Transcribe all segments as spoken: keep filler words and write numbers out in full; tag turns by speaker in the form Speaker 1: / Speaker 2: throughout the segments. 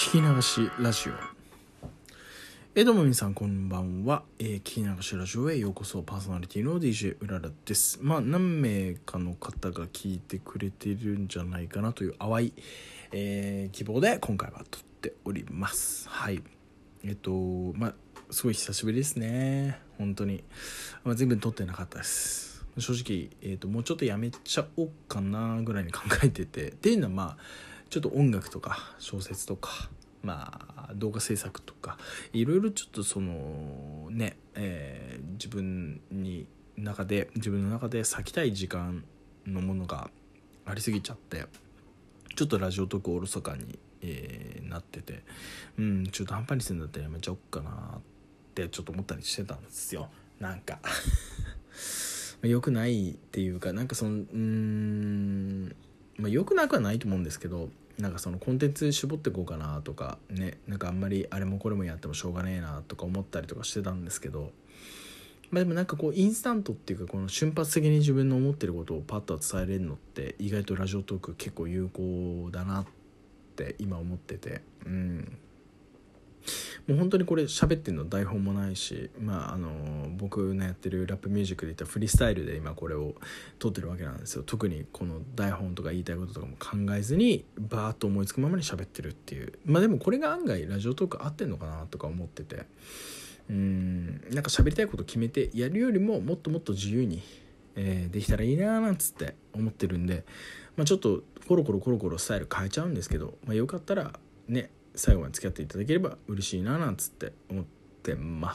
Speaker 1: 聞き流しラジオ。えどうも皆さんこんばんは、えー、聞き流しラジオへようこそ。パーソナリティの ディージェー うららです。まあ何名かの方が聞いてくれてるんじゃないかなという淡い、えー、希望で今回は撮っております。はいえっとまあすごい久しぶりですね本当に、まあ、全部撮ってなかったです。正直、えー、ともうちょっとやめちゃおうかなぐらいに考えてて、っていうのはまあちょっと音楽とか小説とかまあ動画制作とかいろいろちょっとそのね、えー、自分に中で自分の中で割きたい時間のものがありすぎちゃって、ちょっとラジオトークおろそかに、えー、なってて、うん中途半端にするんだったらやめちゃおうかなってちょっと思ったりしてたんですよ。なんか良くないっていうか、なんかそのうーんまあ良くなくはないと思うんですけど、なんかそのコンテンツ絞っていこうかなとかね、なんかあんまりあれもこれもやってもしょうがねえなとか思ったりとかしてたんですけど、まあでもなんかこうインスタントっていうかこの瞬発的に自分の思ってることをパッと伝えれるのって意外とラジオトーク結構有効だなって今思ってて、うんもう本当にこれ喋ってるの台本もないし、まああの僕のやってるラップミュージックでいったフリースタイルで今これを撮ってるわけなんですよ。特にこの台本とか言いたいこととかも考えずにバーッと思いつくままに喋ってるっていう、まあでもこれが案外ラジオトーク合ってんのかなとか思ってて、うーんなんか喋りたいこと決めてやるよりももっともっと自由に、えー、できたらいいなーなんつって思ってるんで、まあ、ちょっとコロコロコロコロスタイル変えちゃうんですけど、まあ、よかったらね最後まで付き合っていただければ嬉しいななんつって思ってます。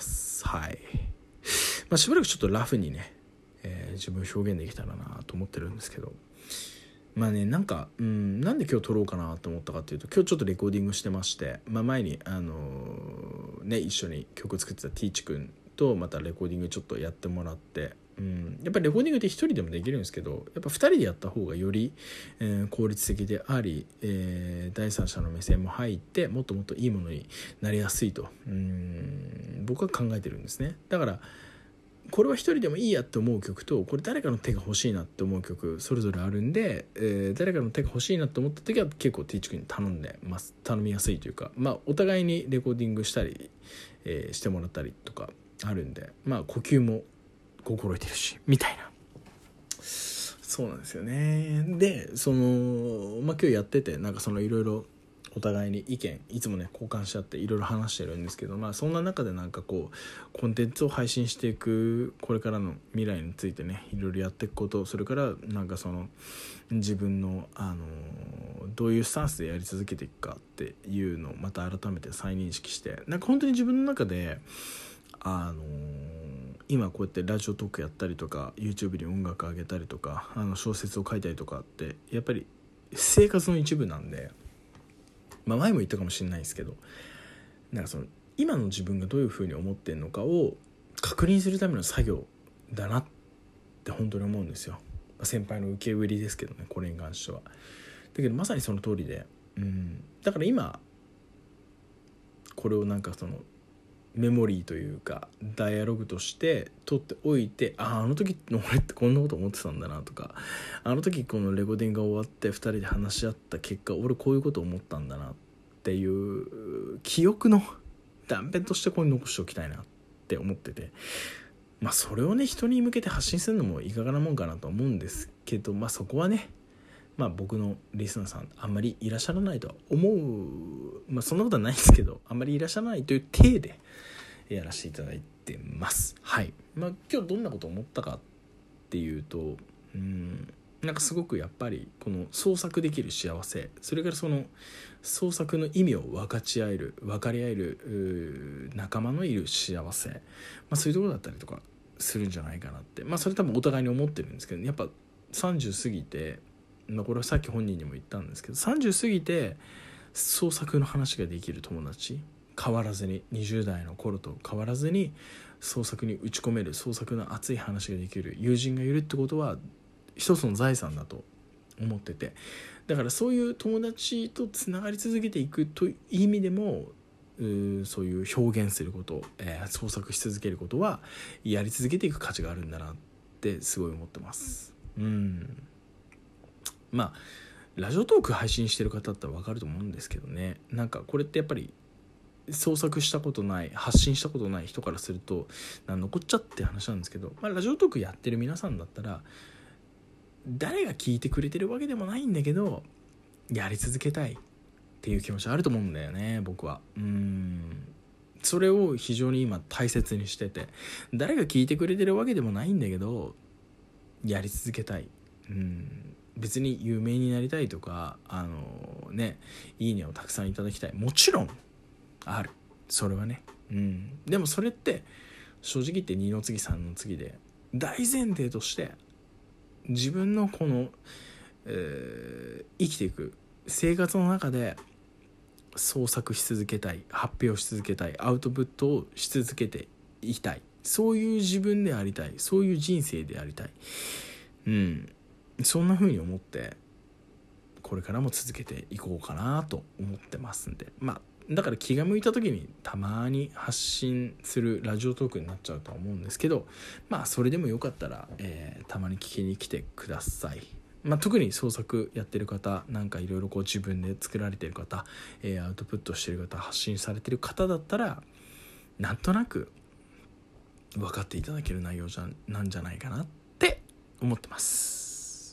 Speaker 1: はい、まあ、しばらくちょっとラフにね、えー、自分を表現できたらなと思ってるんですけど、まあねなんかうんなんで今日撮ろうかなと思ったかっていうと、今日ちょっとレコーディングしてまして、まあ、前にあのー、ね一緒に曲作ってたティーチくんとまたレコーディングちょっとやってもらって、うん、やっぱりレコーディングって一人でもできるんですけど、やっぱ二人でやった方がより、えー、効率的であり、えー、第三者の目線も入ってもっともっといいものになりやすいと、うん僕は考えてるんですね。だからこれは一人でもいいやって思う曲と、これ誰かの手が欲しいなって思う曲それぞれあるんで、えー、誰かの手が欲しいなって思った時は結構ティーチ君に頼んでます頼みやすいというか、まあお互いにレコーディングしたり、えー、してもらったりとかあるんで、まあ呼吸も心得てるしみたいな、そうなんですよね。でそのまあ今日やっててなんかそのいろいろお互いに意見いつもね交換し合っていろいろ話してるんですけど、まあそんな中でなんかこうコンテンツを配信していくこれからの未来についてねいろいろやっていくこと、それからなんかその自分のあのどういうスタンスでやり続けていくかっていうのをまた改めて再認識して、なんか本当に自分の中であの今こうやってラジオトークやったりとか YouTube に音楽上げたりとかあの小説を書いたりとかってやっぱり生活の一部なんで、まあ、前も言ったかもしれないですけど、なんかその今の自分がどういうふうに思ってるのかを確認するための作業だなって本当に思うんですよ。先輩の受け売りですけどね、これに関しては。だけどまさにその通りで、うん、だから今これをなんかそのメモリーというかダイアログとして取っておいて、あああの時の俺ってこんなこと思ってたんだなとか、あの時このレコーディングが終わってふたりで話し合った結果俺こういうこと思ったんだなっていう記憶の断片としてここに残しておきたいなって思ってて、まあそれをね人に向けて発信するのもいかがなもんかなと思うんですけど、まあそこはねまあ僕のリスナーさんあんまりいらっしゃらないとは思う、まあそんなことはないですけどあんまりいらっしゃらないという体でやらせていただいてます。はい。まあ今日どんなことを思ったかっていうと、うんなんかすごくやっぱりこの創作できる幸せ、それからその創作の意味を分かち合える分かり合える仲間のいる幸せ、まあそういうところだったりとかするんじゃないかなって、まあそれ多分お互いに思ってるんですけど、やっぱさんじゅう過ぎて、まあこれはさっき本人にも言ったんですけど、さんじゅう過ぎて創作の話ができる友達、変わらずににじゅう代の頃と変わらずに創作に打ち込める創作の熱い話ができる友人がいるってことは一つの財産だと思ってて、だからそういう友達とつながり続けていくという意味でもうそういう表現すること、えー、創作し続けることはやり続けていく価値があるんだなってすごい思ってます。うんまあラジオトーク配信してる方だったら分かると思うんですけどね、なんかこれってやっぱり創作したことない発信したことない人からすると残っちゃって話なんですけど、まあ、ラジオトークやってる皆さんだったら誰が聞いてくれてるわけでもないんだけどやり続けたいっていう気持ちあると思うんだよね。僕はうーんそれを非常に今大切にしてて、誰が聞いてくれてるわけでもないんだけどやり続けたい。うん別に有名になりたいとかあのねいいねをたくさんいただきたい、もちろんある、それはね。うんでもそれって正直言ってにの次さんの次で大前提として自分のこの、えー、生きていく生活の中で創作し続けたい、発表し続けたい、アウトプットをし続けていきたい、そういう自分でありたい、そういう人生でありたい。うんそんな風に思ってこれからも続けていこうかなと思ってますんで、まあだから気が向いた時にたまに発信するラジオトークになっちゃうとは思うんですけど、まあそれでもよかったら、えー、たまに聞きに来てください。まあ、特に創作やってる方なんかいろいろこう自分で作られてる方、えー、アウトプットしてる方発信されてる方だったらなんとなく分かっていただける内容じゃなんじゃないかなって思ってます。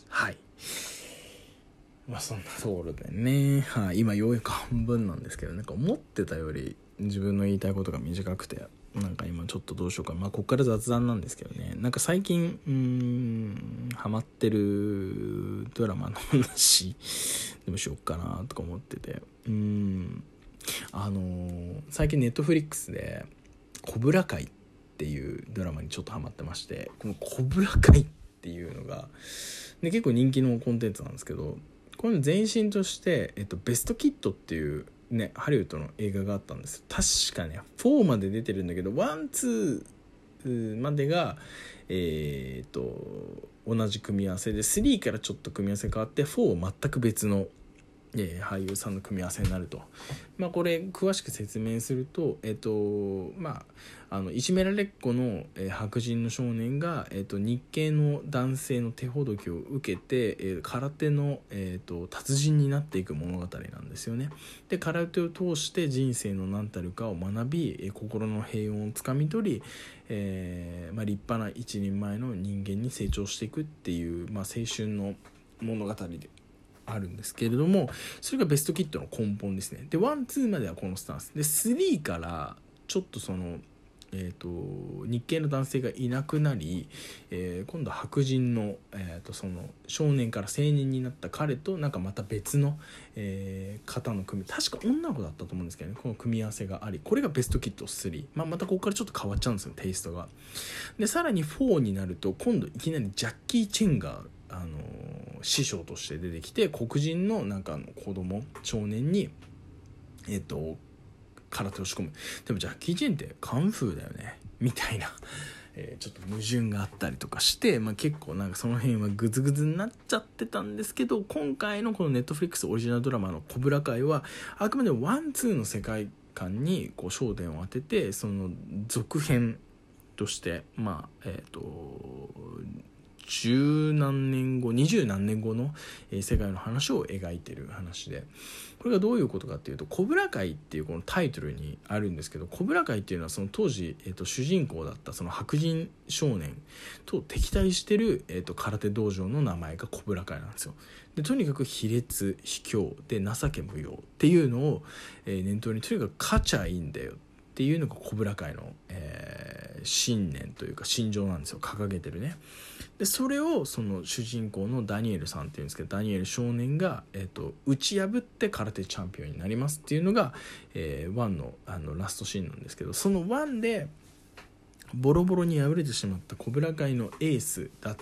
Speaker 1: はいまあそんなところでね、はい、今ようやく半分なんですけど、なんか思ってたより自分の言いたいことが短くて、なんか今ちょっとどうしようか、まあこっから雑談なんですけどね、なんか最近うーんハマってるドラマの話でもしようかなとか思ってて、うーんあのー、最近ネットフリックスでコブラ会っていうドラマにちょっとハマってまして、このコブラ会っていうのがで結構人気のコンテンツなんですけど、この前身として、えっと、ベストキッドっていうねハリウッドの映画があったんです。確かねフォーまで出てるんだけどワン、ツーまでがえー、っと同じ組み合わせでスリーからちょっと組み合わせ変わってフォー全く別の、えー、俳優さんの組み合わせになると。まあこれ詳しく説明するとえっとまああのいじめられっ子の、えー、白人の少年が、えー、と日系の男性の手ほどきを受けて、えー、空手の、えー、と達人になっていく物語なんですよね。で空手を通して人生の何たるかを学び、えー、心の平穏をつかみ取り、えーまあ、立派な一人前の人間に成長していくっていう、まあ、青春の物語であるんですけれども、それがベストキッドの根本ですね。でワン、ツーまではこのスタンスで、スリーからちょっとそのえー、と日系の男性がいなくなり、えー、今度は白人の、えー、とその少年から青年になった彼となんかまた別の、えー、方の組み、確か女の子だったと思うんですけどね、この組み合わせがあり、これがベストキッドスリー、まあ、またここからちょっと変わっちゃうんですよテイストが。でさらにフォーになると今度いきなりジャッキー・チェンが、あのー、師匠として出てきて黒人のなんかの子供少年にえっ、ー、と空手を仕込む。でもジャッキー・チェンってカンフーだよねみたいな、えー、ちょっと矛盾があったりとかして、まあ、結構なんかその辺はグズグズになっちゃってたんですけど、今回のこのネットフリックスオリジナルドラマのコブラ会はあくまでワンツーの世界観にこう焦点を当てて、その続編としてまあえっ、ー、と十何年後、二十何年後の世界の話を描いてる話で、これがどういうことかっていうと、コブラ会っていうこのタイトルにあるんですけど、コブラ会っていうのはその当時、えー、と主人公だったその白人少年と敵対してる、えー、と空手道場の名前がコブラ会なんですよ。でとにかく卑劣卑怯で情け無用っていうのを、えー、念頭にとにかく勝ちゃいいんだよっていうのがコブラ会の、えー、信念というか信条なんですよ、掲げてるね。でそれをその主人公のダニエルさんっていうんですけど、ダニエル少年が、えー、と打ち破って空手チャンピオンになりますっていうのが、えー、ワンの、あのラストシーンなんですけど、そのワンでボロボロに敗れてしまったコブラ会のエースだった、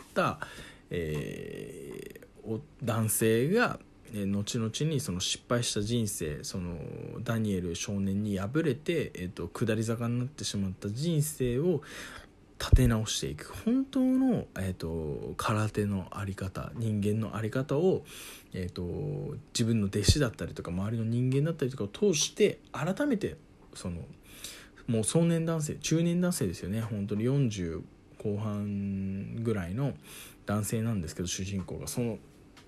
Speaker 1: えー、男性が後々にその失敗した人生、そのダニエル少年に敗れて、えー、と下り坂になってしまった人生を立て直していく本当の、えー、と空手の在り方、人間の在り方を、えー、と自分の弟子だったりとか周りの人間だったりとかを通して改めてそのもう壮年男性、中年男性ですよね、本当によんじゅう後半ぐらいの男性なんですけど、主人公がその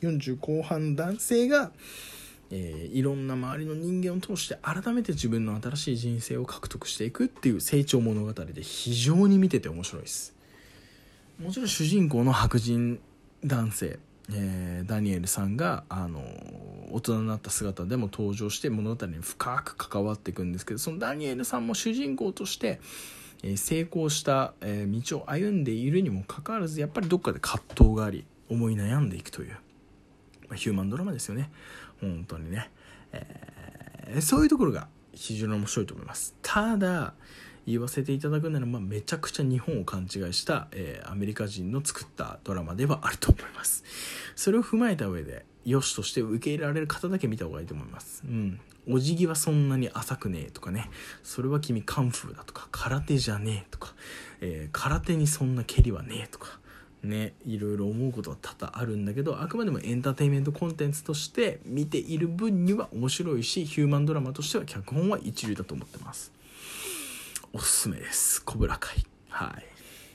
Speaker 1: よんじゅう後半男性が、えー、いろんな周りの人間を通して改めて自分の新しい人生を獲得していくっていう成長物語で非常に見てて面白いです。もちろん主人公の白人男性、えー、ダニエルさんがあの大人になった姿でも登場して物語に深く関わっていくんですけど、そのダニエルさんも主人公として、えー、成功した、えー、道を歩んでいるにもかかわらずやっぱりどっかで葛藤があり思い悩んでいくという、まあ、ヒューマンドラマですよね本当にね、えー、そういうところが非常に面白いと思います。ただ言わせていただくなら、まあ、めちゃくちゃ日本を勘違いした、えー、アメリカ人の作ったドラマではあると思います。それを踏まえた上で良しとして受け入れられる方だけ見た方がいいと思います。うん、お辞儀はそんなに浅くねえとかね、それは君カンフーだとか空手じゃねえとか、えー、空手にそんな蹴りはねえとかね、いろいろ思うことは多々あるんだけど、あくまでもエンターテインメントコンテンツとして見ている分には面白いし、ヒューマンドラマとしては脚本は一流だと思ってます。おすすめです。コブラ会。はい。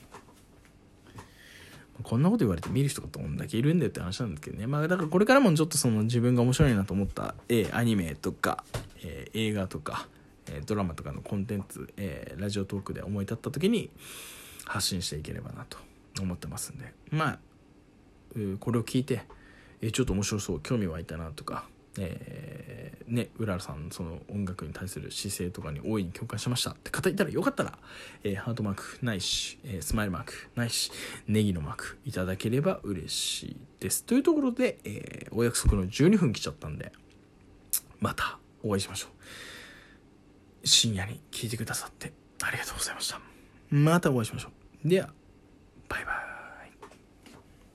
Speaker 1: こんなこと言われて見る人がどんだけいるんだよって話なんですけどね。まあだからこれからもちょっとその自分が面白いなと思った絵、アニメとか、えー、映画とか、えー、ドラマとかのコンテンツ、えー、ラジオトークで思い立った時に発信していければなと思ってますんで、まあこれを聞いて、えー、ちょっと面白そう、興味湧いたなとか、えー、ね、うららさんのその音楽に対する姿勢とかに大いに共感しましたって方いたらよかったら、えー、ハートマークないし、えー、スマイルマークないし、ネギのマークいただければ嬉しいですというところで、えー、お約束のじゅうにふん来ちゃったんで、またお会いしましょう。深夜に聞いてくださってありがとうございました。またお会いしましょう。ではバイバイ。